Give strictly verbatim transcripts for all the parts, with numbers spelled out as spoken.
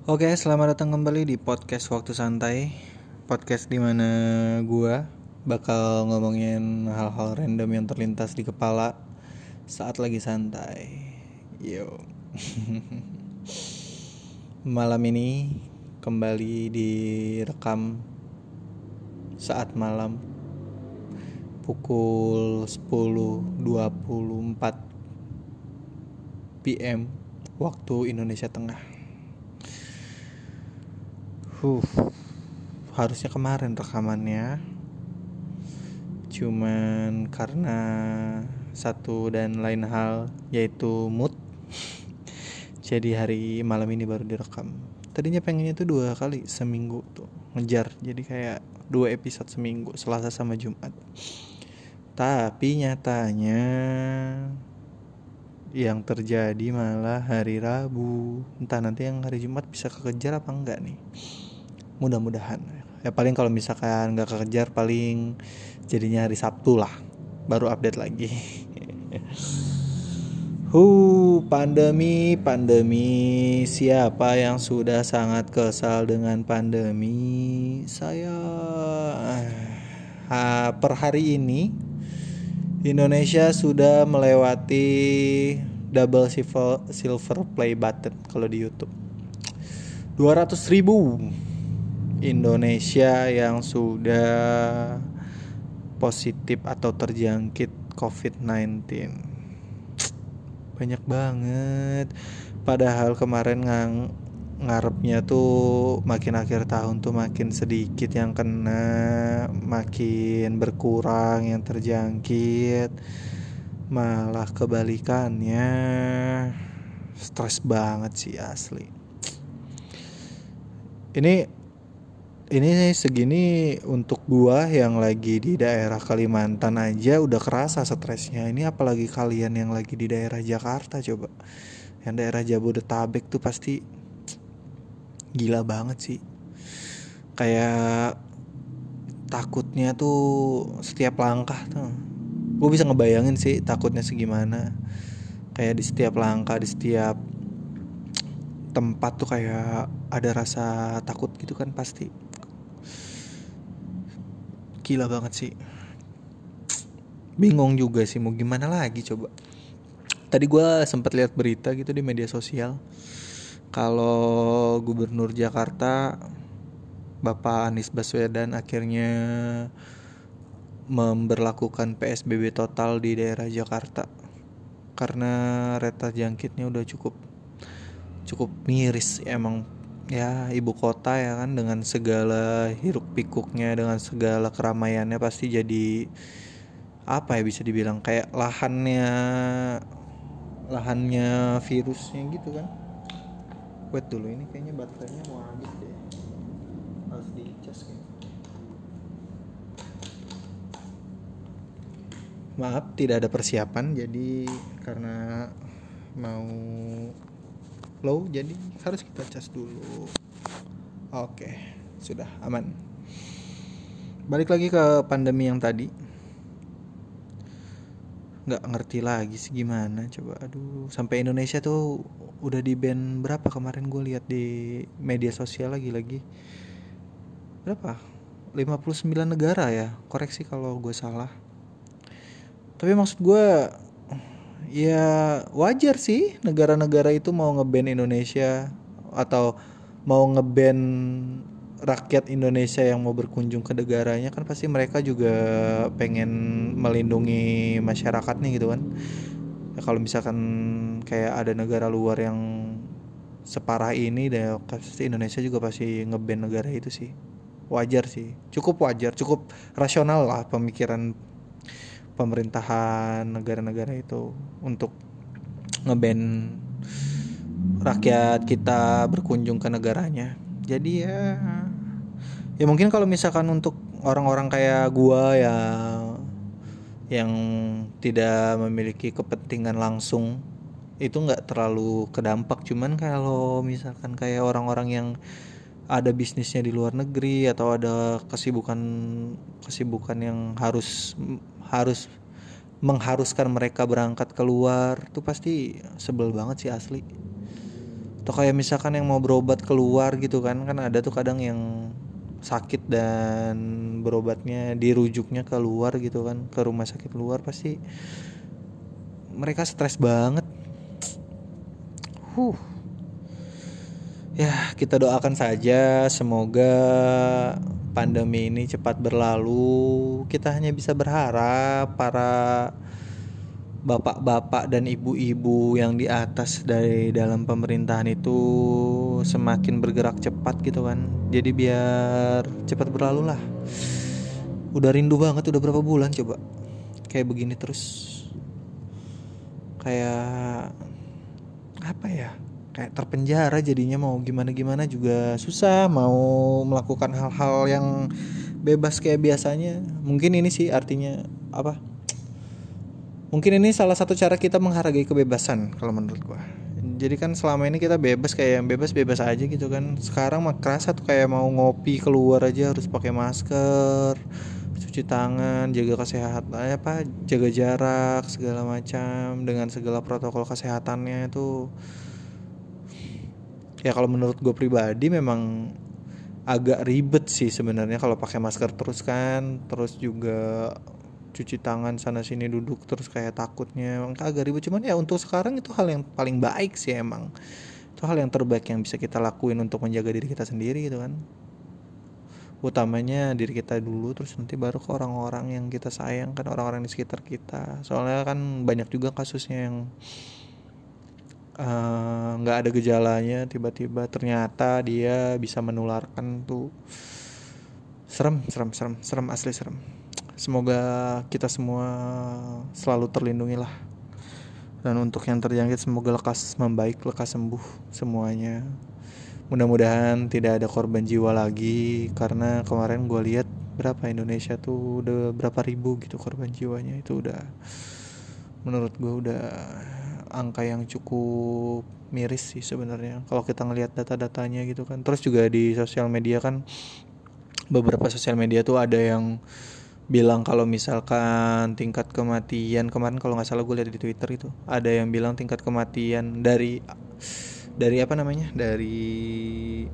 Oke, selamat datang kembali di podcast Waktu Santai. Podcast di mana gua bakal ngomongin hal-hal random yang terlintas di kepala saat lagi santai. Yo. Malam ini kembali direkam saat malam pukul sepuluh dua puluh empat P M waktu Indonesia Tengah. Huh, harusnya kemarin rekamannya, cuman karena satu dan lain hal yaitu mood, jadi hari malam ini baru direkam. Tadinya pengennya tuh dua kali seminggu tuh ngejar, jadi kayak dua episode seminggu, Selasa sama Jumat. Tapi nyatanya yang terjadi malah hari Rabu. Entah nanti yang hari Jumat bisa kekejar apa enggak nih. Mudah-mudahan. Ya paling kalau misalkan nggak kekejar, paling jadinya hari Sabtu lah, baru update lagi. Huh, pandemi, pandemi. Siapa yang sudah sangat kesal dengan pandemi? Saya. Ha, per hari ini Indonesia sudah melewati double silver, silver play button kalau di YouTube. dua ratus ribu Indonesia yang sudah positif atau terjangkit covid sembilan belas. Banyak banget. Padahal kemarin ngang ngarepnya tuh makin akhir tahun tuh makin sedikit yang kena, makin berkurang yang terjangkit. Malah kebalikannya. Stres banget sih asli. Ini ini segini untuk gua yang lagi di daerah Kalimantan aja udah kerasa stresnya. Ini apalagi kalian yang lagi di daerah Jakarta coba. Yang daerah Jabodetabek tuh pasti gila banget sih. Kayak takutnya tuh setiap langkah tuh. Gue bisa ngebayangin sih takutnya segimana. Kayak di setiap langkah, di setiap tempat tuh kayak ada rasa takut gitu kan pasti. Gila banget sih. Bingung juga sih mau gimana lagi coba. Tadi gue sempat lihat berita gitu di media sosial, kalau Gubernur Jakarta Bapak Anies Baswedan akhirnya memberlakukan P S B B total di daerah Jakarta karena rate jangkitnya udah cukup cukup miris emang. Ya ibu kota ya kan, dengan segala hiruk pikuknya, dengan segala keramaiannya pasti jadi apa ya, bisa dibilang kayak lahannya lahannya virusnya gitu kan. Wait dulu, ini kayaknya baterainya mau habis deh, harus dicas kayaknya. Maaf tidak ada persiapan, jadi karena mau low jadi harus kita cas dulu. Oke, sudah aman. Balik lagi ke pandemi yang tadi. Nggak ngerti lagi sih gimana coba. Aduh, sampai Indonesia tuh udah di ban berapa kemarin gue lihat di media sosial lagi-lagi. Berapa? lima puluh sembilan negara ya. Koreksi kalau gue salah. Tapi maksud gue ya wajar sih negara-negara itu mau nge-ban Indonesia atau mau nge-ban rakyat Indonesia yang mau berkunjung ke negaranya, kan pasti mereka juga pengen melindungi masyarakatnya gitu kan. Ya, kalau misalkan kayak ada negara luar yang separah ini, deh pasti Indonesia juga pasti nge-ban negara itu sih. Wajar sih, cukup wajar, cukup rasional lah pemikiran pemerintahan negara-negara itu untuk nge-ban rakyat kita berkunjung ke negaranya. Jadi ya ya mungkin kalau misalkan untuk orang-orang kayak gua ya yang tidak memiliki kepentingan langsung itu nggak terlalu kedampak. Cuman kalau misalkan kayak orang-orang yang ada bisnisnya di luar negeri atau ada kesibukan kesibukan yang harus harus mengharuskan mereka berangkat keluar, tuh pasti sebel banget sih asli. Atau kayak misalkan yang mau berobat keluar gitu kan, kan ada tuh kadang yang sakit dan berobatnya dirujuknya keluar gitu kan, ke rumah sakit luar, pasti mereka stres banget. Huh. Ya, kita doakan saja semoga pandemi ini cepat berlalu. Kita hanya bisa berharap para bapak-bapak dan ibu-ibu yang di atas dari dalam pemerintahan itu semakin bergerak cepat gitu kan. Jadi biar cepat berlalu lah. Udah rindu banget, udah berapa bulan coba kayak begini terus. Kayak apa ya? Kayak terpenjara jadinya, mau gimana-gimana juga susah, mau melakukan hal-hal yang bebas kayak biasanya. Mungkin ini sih artinya apa? Mungkin ini salah satu cara kita menghargai kebebasan kalau menurut gua. Jadi kan selama ini kita bebas, kayak yang bebas-bebas aja gitu kan. Sekarang mah kerasa tuh kayak mau ngopi keluar aja harus pakai masker, cuci tangan, jaga kesehatan, apa, jaga jarak segala macam dengan segala protokol kesehatannya itu. Ya kalau menurut gue pribadi memang agak ribet sih sebenarnya kalau pakai masker terus kan, terus juga cuci tangan sana sini, duduk terus kayak takutnya agak ribet. Cuman ya untuk sekarang itu hal yang paling baik sih, emang itu hal yang terbaik yang bisa kita lakuin untuk menjaga diri kita sendiri gitu kan, utamanya diri kita dulu, terus nanti baru ke orang-orang yang kita sayang kan, orang-orang di sekitar kita. Soalnya kan banyak juga kasusnya yang nggak uh, ada gejalanya, tiba-tiba ternyata dia bisa menularkan tuh. Serem, serem, serem, serem, asli serem. Semoga kita semua selalu terlindungi lah. Dan untuk yang terjangkit semoga lekas membaik, lekas sembuh semuanya. Mudah-mudahan tidak ada korban jiwa lagi, karena kemarin gue lihat berapa Indonesia tuh udah berapa ribu gitu korban jiwanya. Itu udah, menurut gue udah angka yang cukup miris sih sebenarnya kalau kita ngelihat data-datanya gitu kan. Terus juga di sosial media kan, beberapa sosial media tuh ada yang bilang kalau misalkan tingkat kematian kemarin, kalau nggak salah gue lihat di Twitter itu ada yang bilang tingkat kematian dari dari apa namanya dari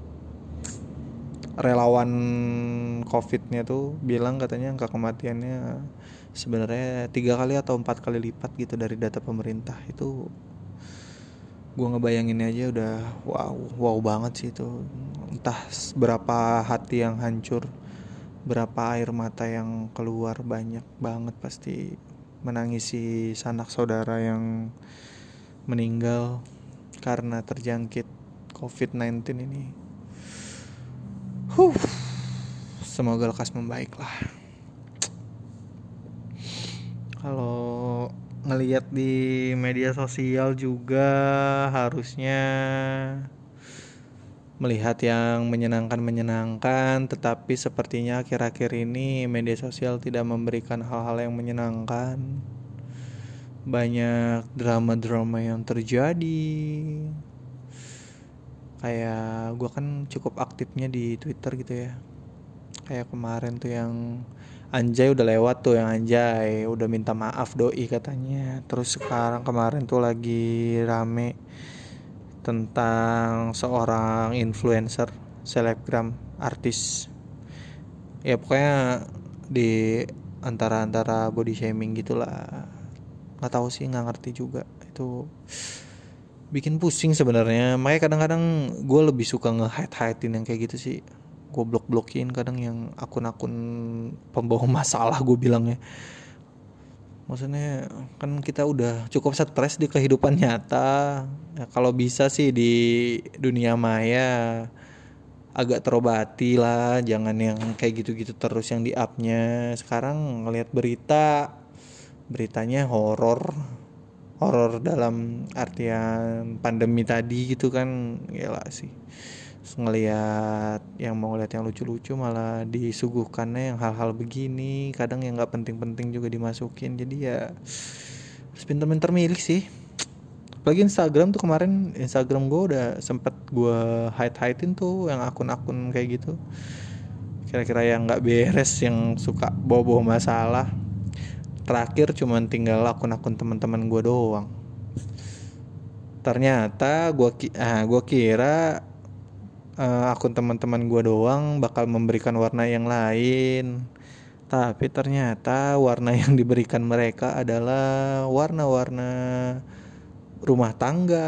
relawan COVID-nya tuh bilang katanya angka kematiannya sebenarnya tiga kali atau empat kali lipat gitu dari data pemerintah. Itu gue ngebayanginnya aja udah wow wow banget sih itu. Entah berapa hati yang hancur, berapa air mata yang keluar, banyak banget pasti menangisi sanak saudara yang meninggal karena terjangkit covid sembilan belas ini. Huh, semoga lekas membaik lah. Kalau ngelihat di media sosial juga harusnya melihat yang menyenangkan-menyenangkan, tetapi sepertinya akhir-akhir ini media sosial tidak memberikan hal-hal yang menyenangkan. Banyak drama-drama yang terjadi. Kayak gue kan cukup aktifnya di Twitter gitu ya. Kayak kemarin tuh yang Anjay udah lewat tuh, yang Anjay udah minta maaf doi katanya. Terus sekarang kemarin tuh lagi rame tentang seorang influencer, selebgram, artis. Ya pokoknya di antara-antara body shaming gitulah. Nggak tahu sih, nggak ngerti juga. Itu bikin pusing sebenarnya. Makanya kadang-kadang gue lebih suka nge-hide-hidein yang kayak gitu sih. Gue blok-blokin kadang yang akun-akun pembawa masalah, gue bilangnya. Maksudnya kan kita udah cukup stres di kehidupan nyata. Ya, kalau bisa sih di dunia maya agak terobati lah, jangan yang kayak gitu-gitu terus yang di up-nya. Sekarang ngelihat berita, beritanya horor. Horor dalam artian pandemi tadi gitu kan, gila sih. Terus ngelihat yang mau ngeliat yang lucu-lucu malah disuguhkannya yang hal-hal begini, kadang yang nggak penting-penting juga dimasukin. Jadi ya harus pinter-pinter milih sih. Apalagi Instagram tuh, kemarin Instagram gue udah sempet gue hide-hidein tuh yang akun-akun kayak gitu, kira-kira yang nggak beres, yang suka bawa-bawa masalah. Terakhir cuman tinggal akun-akun teman-teman gue doang. Ternyata gue ki- ah gue kira eh, akun teman-teman gue doang bakal memberikan warna yang lain. Tapi ternyata warna yang diberikan mereka adalah warna-warna rumah tangga,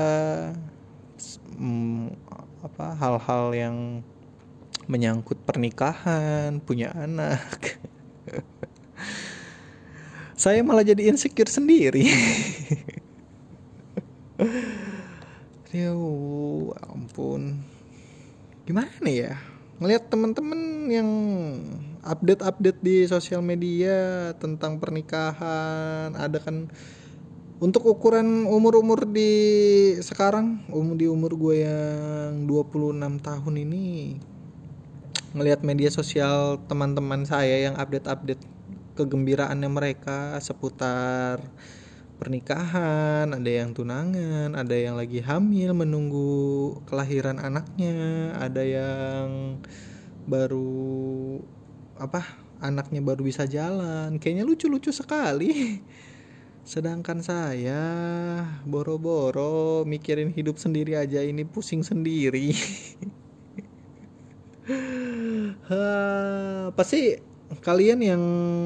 hmm, apa hal-hal yang menyangkut pernikahan, punya anak. Saya malah jadi insecure sendiri. Ya ampun. Gimana ya? Ngelihat teman-teman yang update-update di sosial media tentang pernikahan, ada kan untuk ukuran umur-umur di sekarang, umur di umur gue yang dua puluh enam tahun ini, ngelihat media sosial teman-teman saya yang update-update kegembiraannya mereka seputar pernikahan, ada yang tunangan, ada yang lagi hamil menunggu kelahiran anaknya, ada yang baru apa anaknya baru bisa jalan, kayaknya lucu-lucu sekali. Sedangkan saya boro-boro mikirin hidup sendiri aja ini pusing sendiri. Ha, pasti kalian yang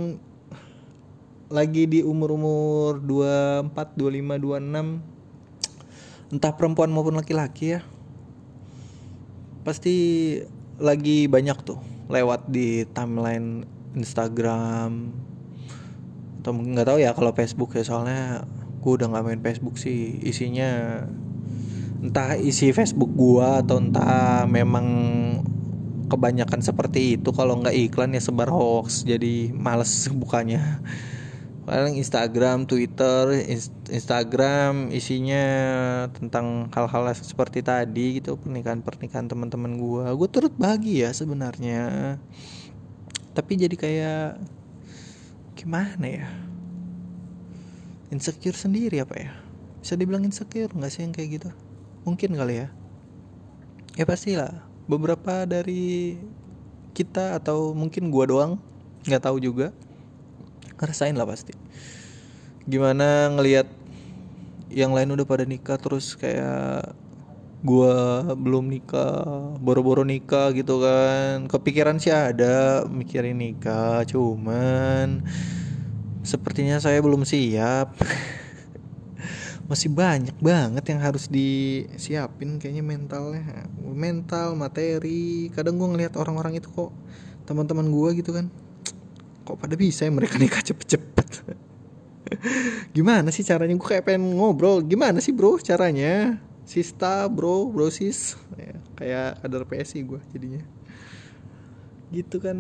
lagi di umur-umur dua puluh empat, dua puluh lima, dua puluh enam, entah perempuan maupun laki-laki ya, pasti lagi banyak tuh lewat di timeline Instagram atau nggak tahu ya kalau Facebook ya, soalnya gue udah nggak main Facebook sih. Isinya entah isi Facebook gua atau entah memang kebanyakan seperti itu, kalau nggak iklan ya sebar hoax, jadi males bukanya. Paling Instagram, Twitter, Instagram isinya tentang hal-hal seperti tadi gitu, pernikahan-pernikahan teman-teman gue. Gue turut bahagia sebenarnya, tapi jadi kayak gimana ya, insecure sendiri apa ya? Bisa dibilang insecure nggak sih yang kayak gitu? Mungkin kali ya. Ya pastilah beberapa dari kita atau mungkin gue doang, nggak tahu juga, ngerasain lah pasti. Gimana ngelihat yang lain udah pada nikah terus kayak gua belum nikah, boro-boro nikah gitu kan. Kepikiran sih ada mikirin nikah, cuman sepertinya saya belum siap. Masih banyak banget yang harus disiapin kayaknya, mentalnya, mental, materi. Kadang gua ngelihat orang-orang itu kok, teman-teman gua gitu kan, kok pada bisa ya mereka nikah cepet-cepet. Gimana sih caranya? Gue kayak pengen ngobrol. Gimana sih bro caranya? Sista bro, bro sis ya, kayak kader P S I gue jadinya. Gitu kan,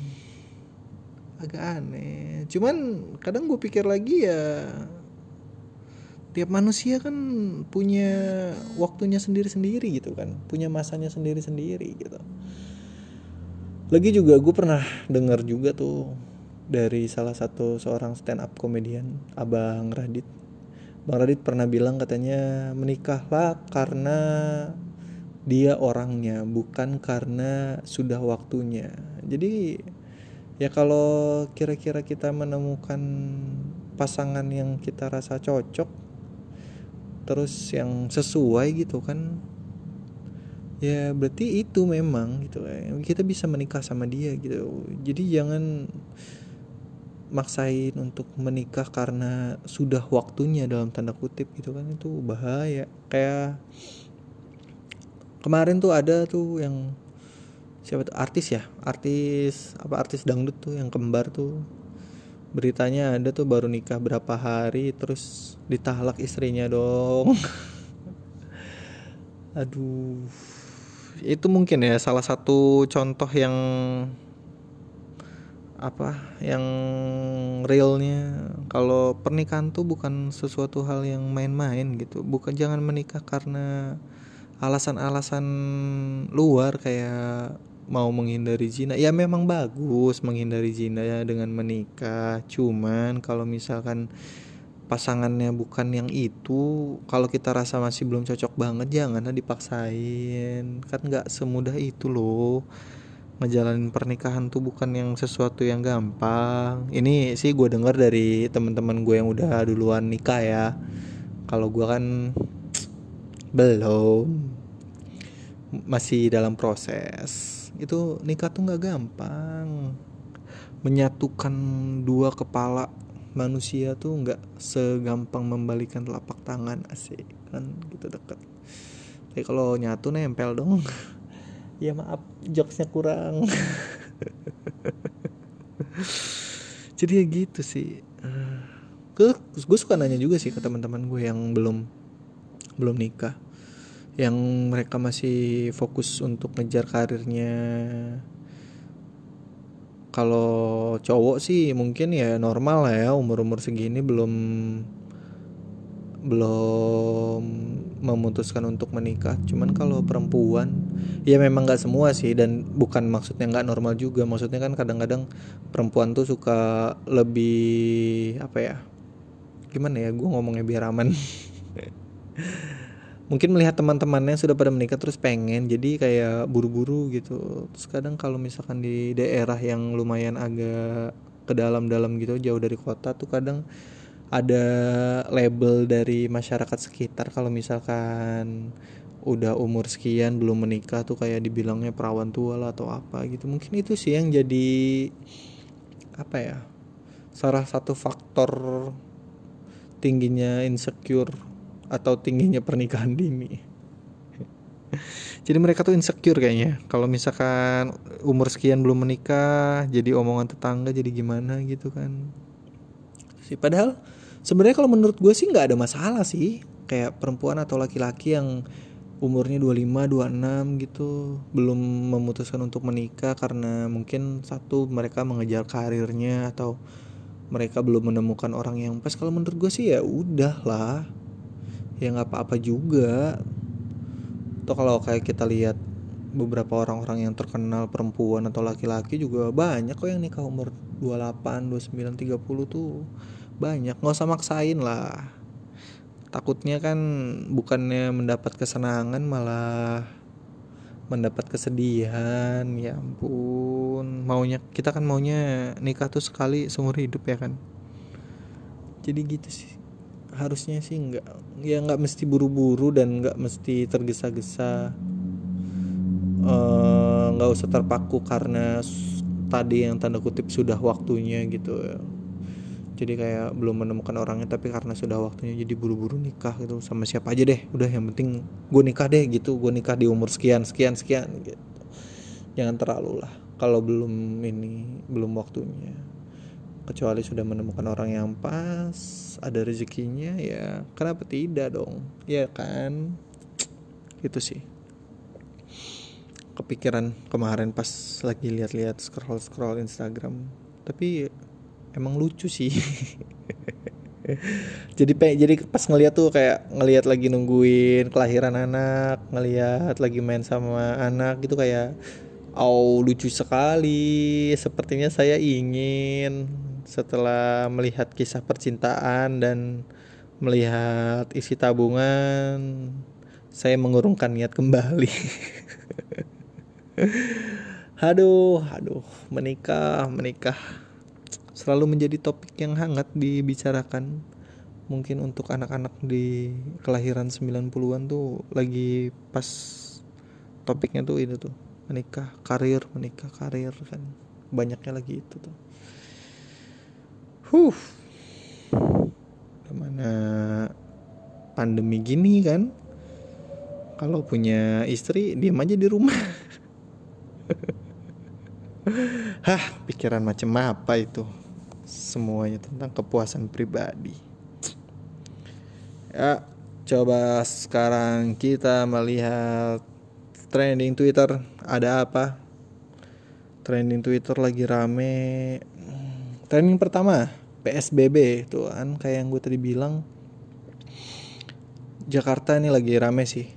agak aneh. Cuman kadang gue pikir lagi ya, tiap manusia kan punya waktunya sendiri-sendiri gitu kan, punya masanya sendiri-sendiri gitu. Lagi juga gue pernah dengar juga tuh dari salah satu seorang stand up comedian, Abang Radit. Bang Radit pernah bilang katanya, menikahlah karena dia orangnya, bukan karena sudah waktunya. Jadi ya kalau kira-kira kita menemukan pasangan yang kita rasa cocok, terus yang sesuai gitu kan, ya berarti itu memang gitu, kita bisa menikah sama dia gitu. Jadi jangan maksain untuk menikah karena sudah waktunya dalam tanda kutip gitu kan, itu bahaya. Kayak kemarin tuh ada tuh yang siapa tuh, artis ya, artis apa artis dangdut tuh yang kembar tuh, beritanya ada tuh baru nikah berapa hari terus ditahlak istrinya dong. Aduh, itu mungkin ya salah satu contoh yang apa yang realnya, kalau pernikahan tuh bukan sesuatu hal yang main-main gitu. Bukan, jangan menikah karena alasan-alasan luar kayak mau menghindari zina. Ya memang bagus menghindari zina ya dengan menikah, cuman kalau misalkan pasangannya bukan yang itu, kalau kita rasa masih belum cocok banget, janganlah dipaksain. Kan gak semudah itu loh. Ngejalanin pernikahan tuh bukan yang sesuatu yang gampang. Ini sih gue dengar dari teman-teman gue yang udah duluan nikah ya. Kalau gue kan Belum, masih dalam proses. Itu nikah tuh nggak gampang. Menyatukan dua kepala manusia tuh nggak segampang membalikan telapak tangan, asik kan gitu deket. Tapi kalau nyatu nempel dong. Ya maaf, jokesnya kurang. Jadi ya gitu sih. Gue gue suka nanya juga sih ke teman-teman gue yang belum belum nikah, yang mereka masih fokus untuk ngejar karirnya. Kalau cowok sih mungkin ya normal lah ya, umur-umur segini belum belum memutuskan untuk menikah. Cuman kalau perempuan, ya memang nggak semua sih, dan bukan maksudnya nggak normal juga. Maksudnya kan kadang-kadang perempuan tuh suka lebih apa ya? Gimana ya? Gue ngomongnya biar aman. Mungkin melihat teman-temannya sudah pada menikah terus pengen, jadi kayak buru-buru gitu. Terus kadang kalau misalkan di daerah yang lumayan agak ke dalam-dalam gitu, jauh dari kota tuh kadang ada label dari masyarakat sekitar kalau misalkan udah umur sekian belum menikah tuh kayak dibilangnya perawan tua lah atau apa gitu. Mungkin itu sih yang jadi apa ya, salah satu faktor tingginya insecure atau tingginya pernikahan dini. Jadi mereka tuh insecure kayaknya kalau misalkan umur sekian belum menikah, jadi omongan tetangga jadi gimana gitu kan sih. Padahal sebenarnya kalau menurut gue sih nggak ada masalah sih, kayak perempuan atau laki-laki yang umurnya dua puluh lima, dua puluh enam gitu belum memutuskan untuk menikah karena mungkin satu mereka mengejar karirnya atau mereka belum menemukan orang yang pas. Kalau menurut gue sih ya udahlah, ya nggak apa-apa juga. Atau kalau kayak kita lihat beberapa orang-orang yang terkenal perempuan atau laki-laki juga banyak kok yang nikah umur dua puluh delapan, dua puluh sembilan, tiga puluh tuh banyak. Nggak usah maksain lah. Takutnya kan bukannya mendapat kesenangan malah mendapat kesedihan. Ya ampun, maunya kita kan maunya nikah tuh sekali seumur hidup ya kan. Jadi gitu sih. Harusnya sih nggak, ya nggak mesti buru-buru dan nggak mesti tergesa-gesa. Nggak uh, usah terpaku karena tadi yang tanda kutip sudah waktunya gitu ya. Jadi kayak belum menemukan orangnya tapi karena sudah waktunya jadi buru-buru nikah gitu sama siapa aja deh. Udah yang penting gue nikah deh gitu. Gue nikah di umur sekian sekian sekian gitu. Jangan terlalu lah kalau belum ini belum waktunya. Kecuali sudah menemukan orang yang pas, ada rezekinya, ya kenapa tidak dong, ya kan. Gitu sih. Kepikiran kemarin pas lagi lihat-lihat scroll-scroll Instagram. Tapi emang lucu sih. jadi jadi pas ngeliat tuh kayak ngeliat lagi nungguin kelahiran anak, ngeliat lagi main sama anak gitu, kayak oh lucu sekali. Sepertinya saya ingin setelah melihat kisah percintaan dan melihat isi tabungan, saya mengurungkan niat kembali. Aduh, aduh, menikah, menikah selalu menjadi topik yang hangat dibicarakan. Mungkin untuk anak-anak di kelahiran sembilan puluhan tuh lagi pas topiknya tuh itu tuh, menikah, karir, menikah, karir kan. Banyaknya lagi itu tuh. Huh. Mana pandemi gini kan. Kalau punya istri diam aja di rumah. Hah, pikiran macam apa itu? Semuanya tentang kepuasan pribadi. Ya, coba sekarang kita melihat trending Twitter. Ada apa? Trending Twitter lagi rame. Trending pertama, P S B B tuh kan, kayak yang gue tadi bilang. Jakarta ini lagi rame sih.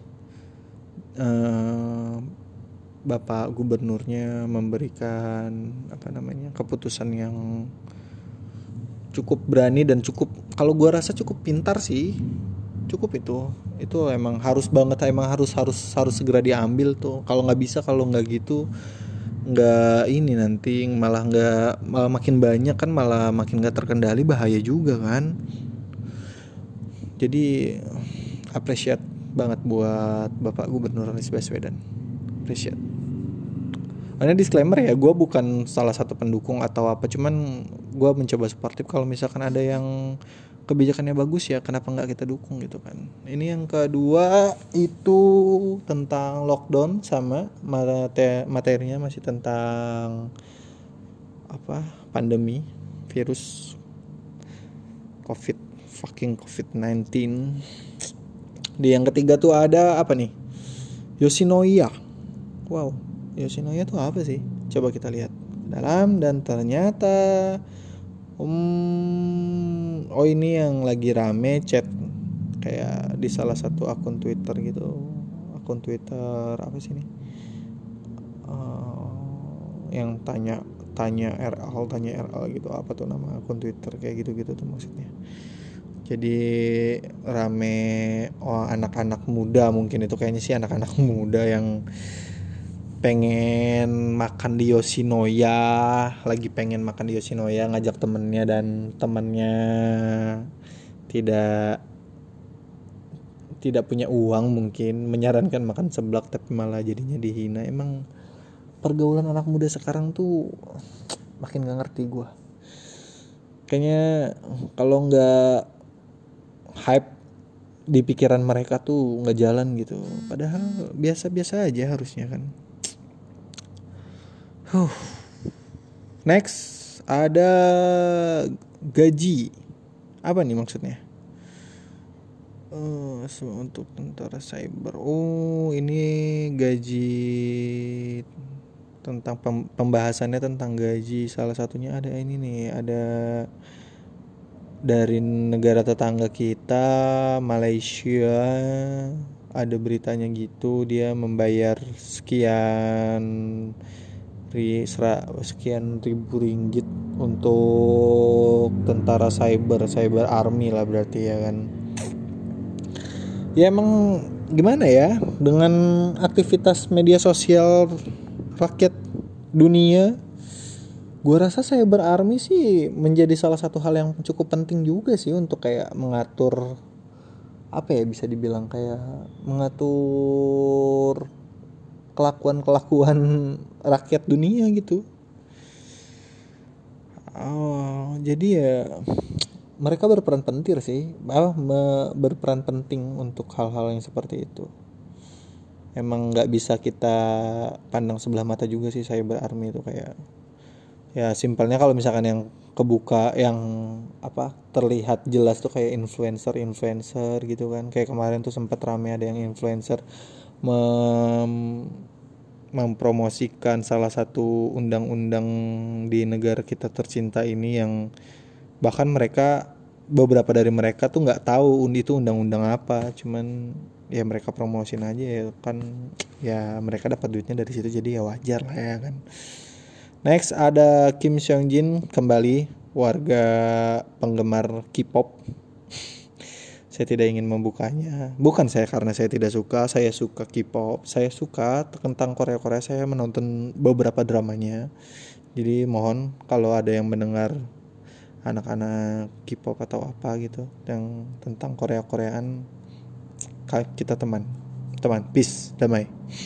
Uh, Bapak gubernurnya memberikan apa namanya keputusan yang cukup berani dan cukup, kalau gue rasa cukup pintar sih. Cukup itu, itu emang harus banget, emang harus harus harus segera diambil tuh. Kalau nggak bisa, kalau nggak gitu nggak ini nanti malah nggak, malah makin banyak kan, malah makin nggak terkendali, bahaya juga kan. Jadi appreciate banget buat Bapak Gubernur Anies Baswedan. Appreciate. Ini disclaimer ya, gue bukan salah satu pendukung atau apa, cuman gue mencoba suportif. Kalau misalkan ada yang kebijakannya bagus ya kenapa nggak kita dukung gitu kan. Ini yang kedua itu tentang lockdown, sama materinya masih tentang apa, pandemi virus covid fucking covid sembilan belas. Di yang ketiga tuh ada apa nih, Yoshinoya. Wow, Yoshinoya tuh apa sih? Coba kita lihat dalam, dan ternyata um, oh ini yang lagi rame chat kayak di salah satu akun Twitter gitu. Akun Twitter apa sih ini? Uh, yang tanya tanya R L tanya R L gitu, apa tuh nama akun Twitter kayak gitu-gitu tuh maksudnya. Jadi rame, oh, anak-anak muda, mungkin itu kayaknya sih anak-anak muda yang pengen makan di Yoshinoya, lagi pengen makan di Yoshinoya, ngajak temennya dan temennya tidak tidak punya uang, mungkin menyarankan makan seblak tapi malah jadinya dihina. Emang pergaulan anak muda sekarang tuh makin gak ngerti gue. Kayaknya kalau nggak hype di pikiran mereka tuh nggak jalan gitu. Padahal biasa-biasa aja harusnya kan. Huh. Next ada gaji. Apa nih maksudnya? Uh, untuk tentara cyber. Oh, ini gaji, tentang pembahasannya tentang gaji. Salah satunya ada ini nih, ada dari negara tetangga kita, Malaysia. Ada beritanya gitu, dia membayar sekian ri, sera, sekian ribu ringgit untuk tentara cyber, cyber army lah berarti ya kan. Ya emang gimana ya, dengan aktivitas media sosial rakyat dunia, gue rasa cyber army sih menjadi salah satu hal yang cukup penting juga sih untuk kayak mengatur, apa ya, bisa dibilang kayak mengatur kelakuan-kelakuan rakyat dunia gitu. Oh, jadi ya mereka berperan penting sih, apa, berperan penting untuk hal-hal yang seperti itu. Emang nggak bisa kita pandang sebelah mata juga sih cyber army itu. Kayak ya simpelnya kalau misalkan yang kebuka, yang apa, terlihat jelas tuh kayak influencer-influencer gitu kan. Kayak kemarin tuh sempat rame ada yang influencer mem- mempromosikan salah satu undang-undang di negara kita tercinta ini, yang bahkan mereka, beberapa dari mereka tuh nggak tahu itu undang-undang apa, cuman ya mereka promosin aja ya kan, ya mereka dapat duitnya dari situ, jadi ya wajar lah ya kan. Next ada Kim Seong Jin kembali, warga penggemar K-pop. Saya tidak ingin membukanya. Bukan saya karena saya tidak suka, saya suka K-pop. Saya suka tentang Korea-Korea, saya menonton beberapa dramanya. Jadi mohon kalau ada yang mendengar anak-anak K-pop atau apa gitu yang tentang Korea-Koreaan, kita teman. Teman, peace, damai.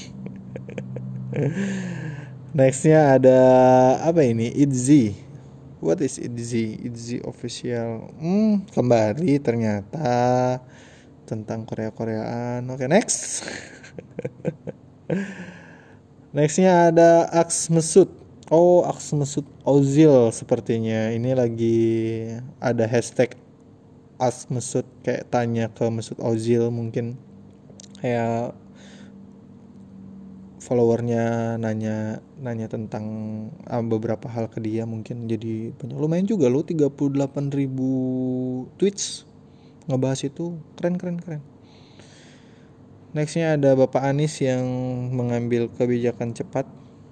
Nextnya ada apa ini? ITZY. What is ITZY? ITZY official. Hmm, kembali ternyata tentang Korea-Koreaan. Oke, okay, next. Nextnya ada Aks Mesut. Oh, Aks Mesut Ozil sepertinya. Ini lagi ada hashtag Aks Mesut, kayak tanya ke Mesut Ozil, mungkin kayak followernya nanya nanya tentang uh, beberapa hal ke dia, mungkin jadi banyak. Lumayan juga loh, tiga puluh delapan ribu tweets ngebahas itu. Keren keren keren. Nextnya ada Bapak Anies yang mengambil kebijakan cepat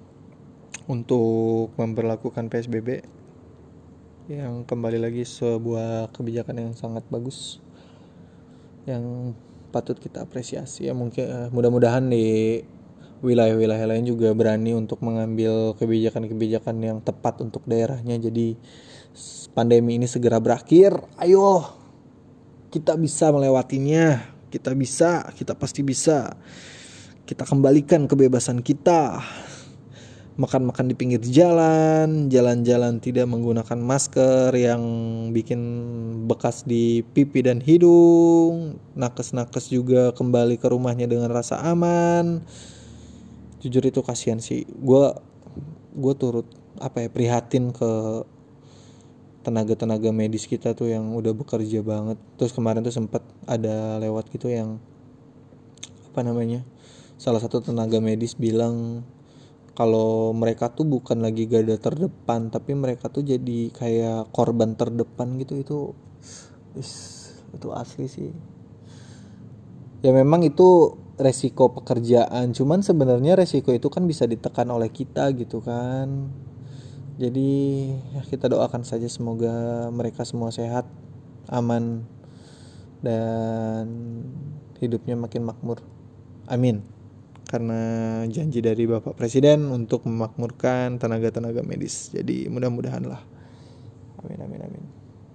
untuk memberlakukan P S B B, yang kembali lagi sebuah kebijakan yang sangat bagus, yang patut kita apresiasi ya. Mungkin uh, mudah-mudahan di wilayah-wilayah lain juga berani untuk mengambil kebijakan-kebijakan yang tepat untuk daerahnya. Jadi pandemi ini segera berakhir. Ayo, kita bisa melewatinya. Kita bisa, kita pasti bisa. Kita kembalikan kebebasan kita. Makan-makan di pinggir jalan, jalan-jalan tidak menggunakan masker yang bikin bekas di pipi dan hidung. Nakes-nakes juga kembali ke rumahnya dengan rasa aman. Jujur itu kasihan sih. Gue gue turut apa ya prihatin ke tenaga-tenaga medis kita tuh yang udah bekerja banget. Terus kemarin tuh sempat ada lewat gitu yang apa namanya, salah satu tenaga medis bilang kalau mereka tuh bukan lagi garda terdepan, tapi mereka tuh jadi kayak korban terdepan gitu. Itu is, itu asli sih. Ya memang itu resiko pekerjaan, cuman sebenarnya resiko itu kan bisa ditekan oleh kita gitu kan. Jadi ya kita doakan saja semoga mereka semua sehat, aman, dan hidupnya makin makmur. Amin. Karena janji dari Bapak Presiden untuk memakmurkan tenaga-tenaga medis. Jadi mudah-mudahan lah. Amin, amin, amin.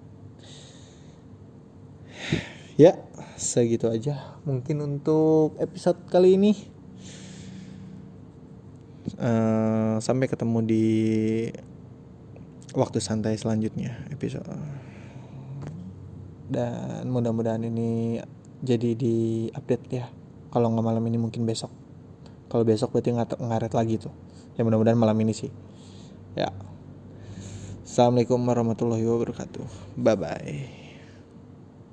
Ya, segitu aja mungkin untuk episode kali ini. Uh, sampai ketemu di waktu santai selanjutnya episode. Dan mudah-mudahan ini jadi di update ya. Kalau nggak malam ini mungkin besok. Kalau besok berarti ngaret lagi tuh. Ya mudah-mudahan malam ini sih. Ya. Assalamualaikum warahmatullahi wabarakatuh. Bye bye.